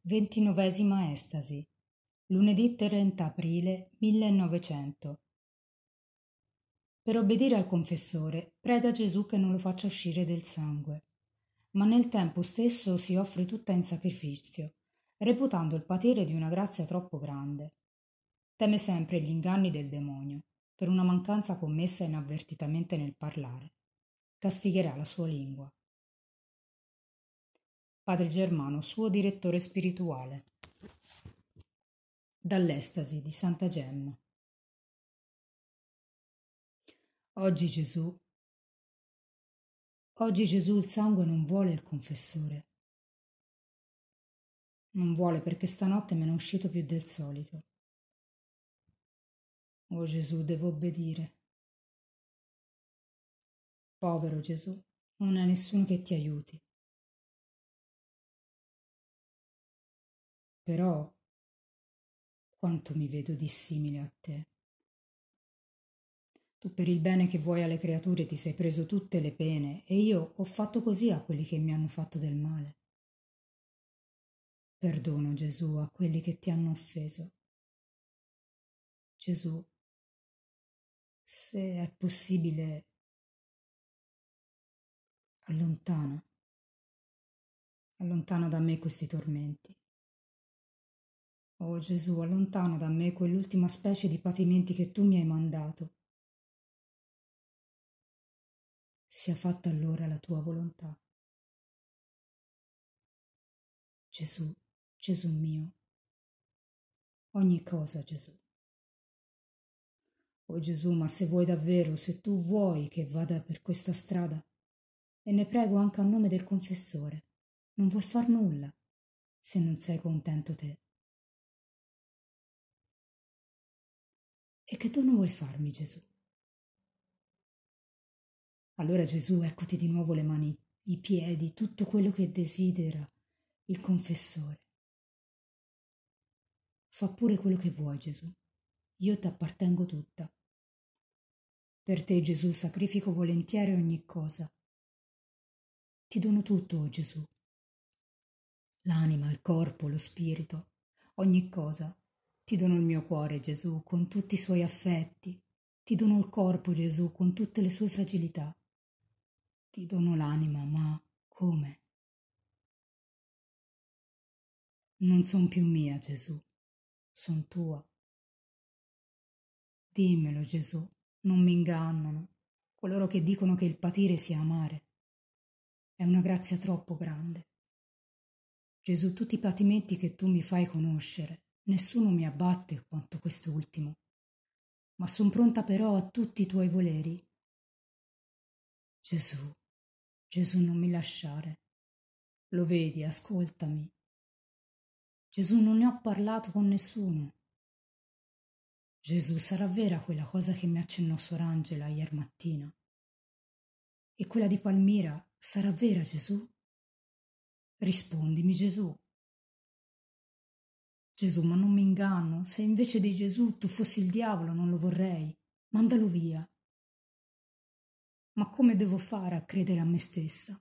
29ª Estasi, lunedì 30 aprile 1900. Per obbedire al confessore, prega Gesù che non lo faccia uscire del sangue, ma nel tempo stesso si offre tutta in sacrificio, reputando il patire di una grazia troppo grande. Teme sempre gli inganni del demonio, per una mancanza commessa inavvertitamente nel parlare. Castigherà la sua lingua. Padre Germano, suo direttore spirituale. Dall'Estasi di Santa Gemma. Oggi Gesù il sangue non vuole il confessore. Non vuole perché stanotte me ne è uscito più del solito. Oh Gesù, devo obbedire. Povero Gesù, non hai nessuno che ti aiuti. Però, quanto mi vedo dissimile a te. Tu per il bene che vuoi alle creature ti sei preso tutte le pene e io ho fatto così a quelli che mi hanno fatto del male. Perdono, Gesù, a quelli che ti hanno offeso. Gesù, se è possibile, allontana da me questi tormenti. Oh Gesù, allontana da me quell'ultima specie di patimenti che tu mi hai mandato. Sia fatta allora la tua volontà. Gesù, Gesù mio, ogni cosa, Gesù. Oh Gesù, ma se vuoi davvero, se tu vuoi che vada per questa strada, e ne prego anche a nome del confessore, non vuol far nulla, se non sei contento te. E che tu non vuoi farmi, Gesù? Allora Gesù, eccoti di nuovo le mani, i piedi, tutto quello che desidera il confessore. Fa pure quello che vuoi, Gesù. Io t'appartengo tutta. Per te, Gesù, sacrifico volentieri ogni cosa. Ti dono tutto, oh Gesù. L'anima, il corpo, lo spirito, ogni cosa. Ti dono il mio cuore, Gesù, con tutti i suoi affetti. Ti dono il corpo, Gesù, con tutte le sue fragilità. Ti dono l'anima, ma come? Non son più mia, Gesù, son tua. Dimmelo, Gesù, non mi ingannano coloro che dicono che il patire sia amare. È una grazia troppo grande. Gesù, tutti i patimenti che tu mi fai conoscere, nessuno mi abbatte quanto quest'ultimo, ma son pronta però a tutti i tuoi voleri. Gesù, Gesù, non mi lasciare. Lo vedi, ascoltami. Gesù, non ne ho parlato con nessuno. Gesù, sarà vera quella cosa che mi accennò Sor Angela ieri mattina? E quella di Palmira sarà vera, Gesù? Rispondimi, Gesù. Gesù, ma non mi inganno. Se invece di Gesù tu fossi il diavolo, non lo vorrei. Mandalo via. Ma come devo fare a credere a me stessa?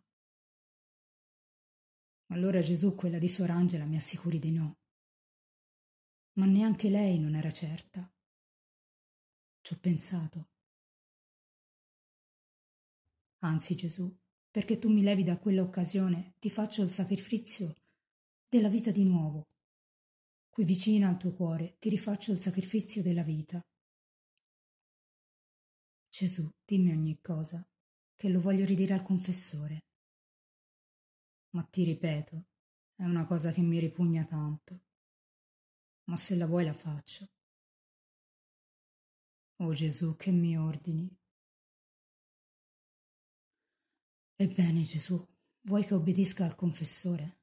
Allora Gesù, quella di Sor Angela, mi assicuri di no. Ma neanche lei non era certa. Ci ho pensato. Anzi, Gesù, perché tu mi levi da quella occasione, ti faccio il sacrificio della vita di nuovo. Qui vicina al tuo cuore ti rifaccio il sacrificio della vita. Gesù, dimmi ogni cosa, che lo voglio ridire al confessore. Ma ti ripeto, è una cosa che mi ripugna tanto. Ma se la vuoi la faccio. Oh Gesù, che mi ordini? Ebbene, Gesù, vuoi che obbedisca al confessore?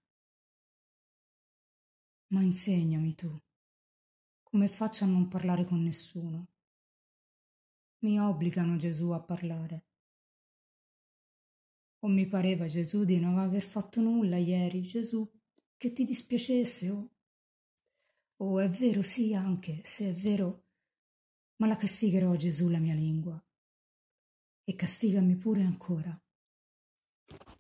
Ma insegnami tu, come faccio a non parlare con nessuno? Mi obbligano, Gesù, a parlare. O mi pareva, Gesù, di non aver fatto nulla ieri, Gesù, che ti dispiacesse, oh, è vero, sì, anche, se è vero, ma la castigherò, Gesù, la mia lingua. E castigami pure ancora.